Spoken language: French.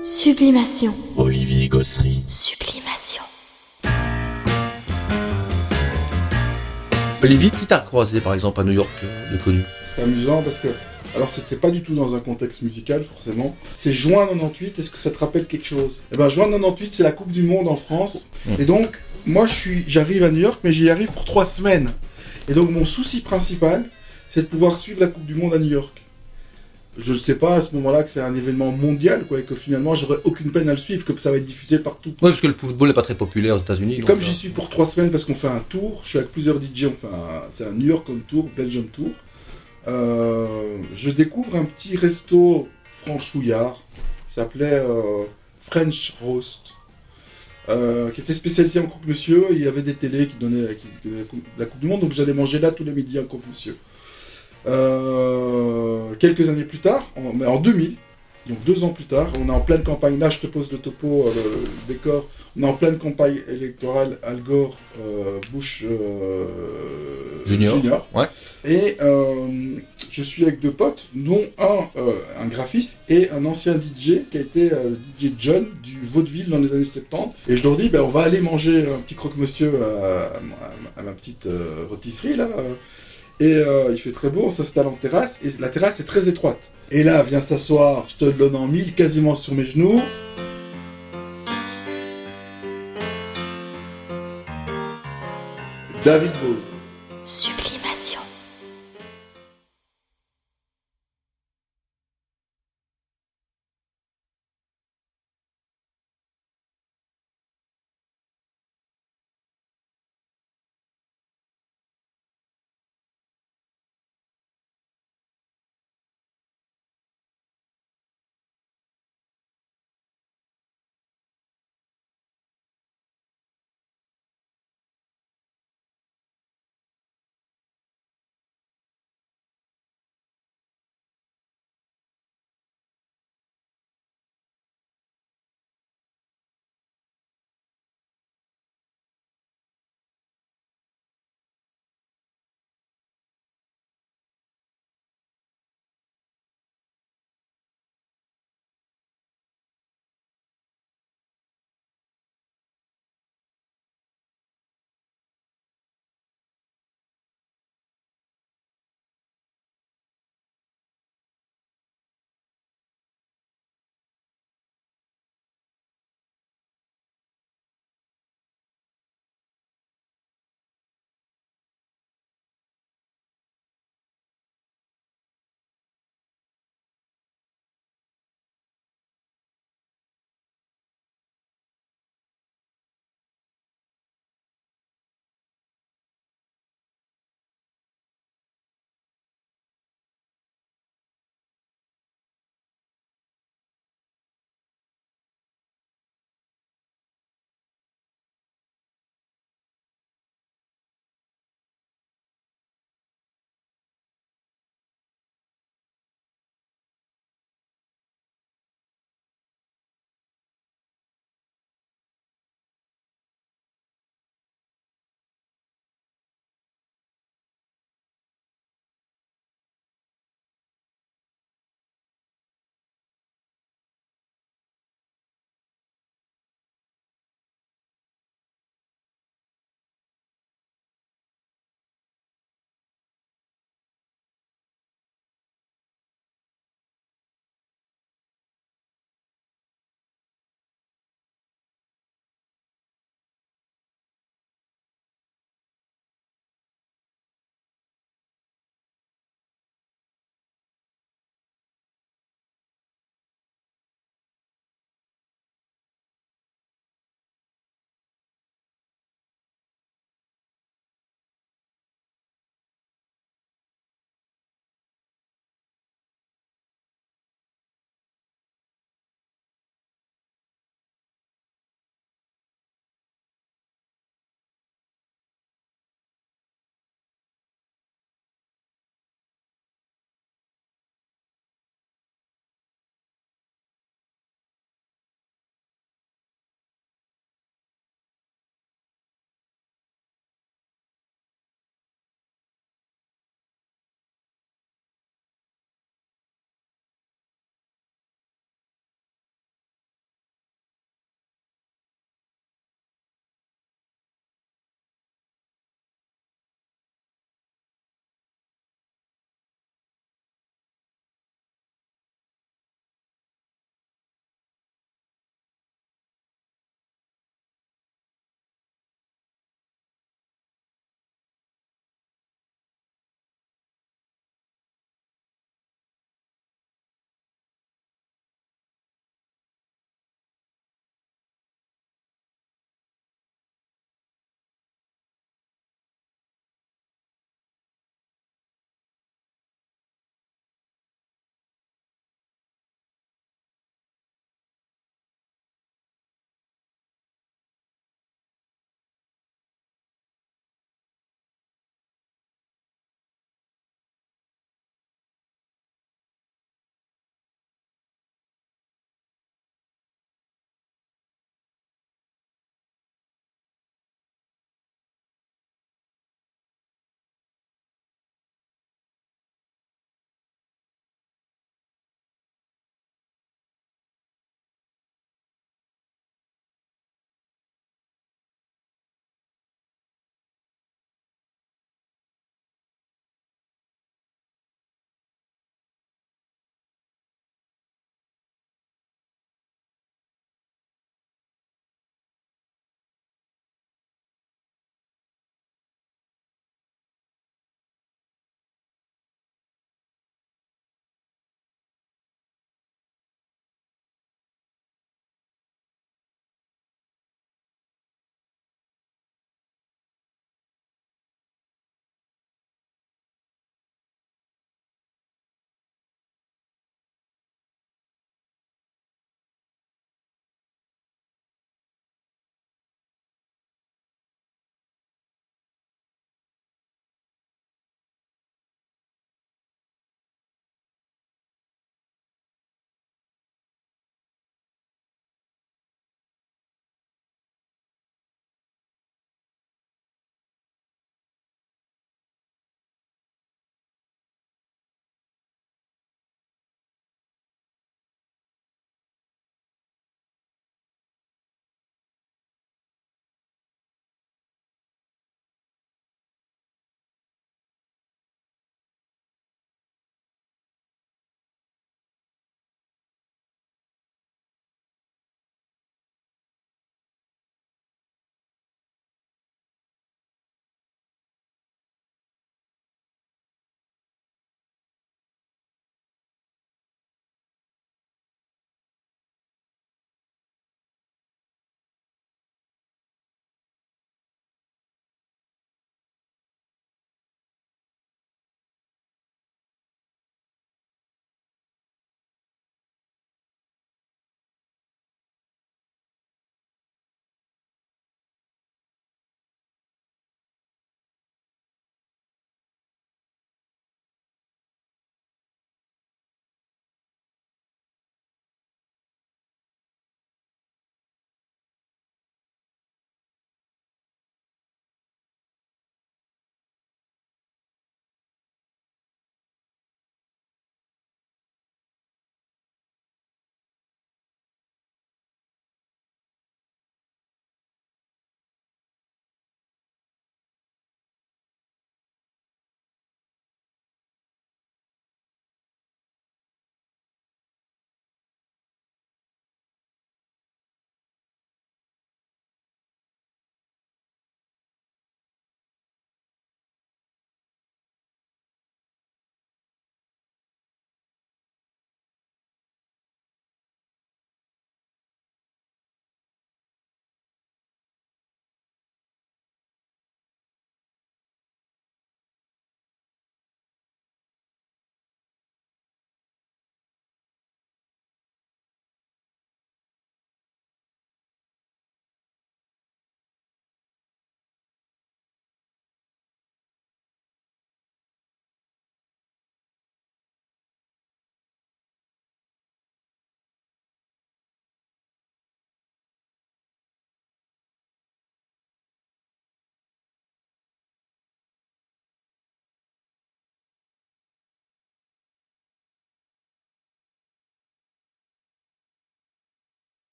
Sublimation. Olivier Gossery. Sublimation. Olivier, qui t'a croisé par exemple à New York, de connu? C'est amusant parce que, alors c'était pas du tout dans un contexte musical forcément, c'est juin 98, est-ce que ça te rappelle quelque chose? Eh ben juin 98 c'est la Coupe du Monde en France, et donc moi j'arrive à New York mais j'y arrive pour 3 semaines. Et donc mon souci principal c'est de pouvoir suivre la Coupe du Monde à New York. Je ne sais pas à ce moment-là que c'est un événement mondial, quoi, et que finalement j'aurais aucune peine à le suivre, que ça va être diffusé partout. Oui, parce que le football n'est pas très populaire aux États-Unis. Et comme j'y suis pour 3 semaines parce qu'on fait un tour, je suis avec plusieurs DJ, c'est un New York on tour, Belgium tour. Je découvre un petit resto franchouillard, qui s'appelait French Roast, qui était spécialisé en croque-monsieur. Il y avait des télés qui donnaient la Coupe du Monde, donc j'allais manger là tous les midis en croque-monsieur. Quelques années plus tard, en 2000, donc 2 ans plus tard, on est en pleine campagne, là je te pose le topo, le décor, on est en pleine campagne électorale, Al Gore, Bush Junior. Ouais. Et je suis avec 2 potes, dont un graphiste et un ancien DJ qui a été le DJ John du Vaudeville dans les années 70. Et je leur dis, on va aller manger un petit croque-monsieur à ma petite rôtisserie là. Et il fait très beau, on s'installe en terrasse, et la terrasse est très étroite. Et là, vient s'asseoir, je te le donne en 1000, quasiment sur mes genoux. David Bowie.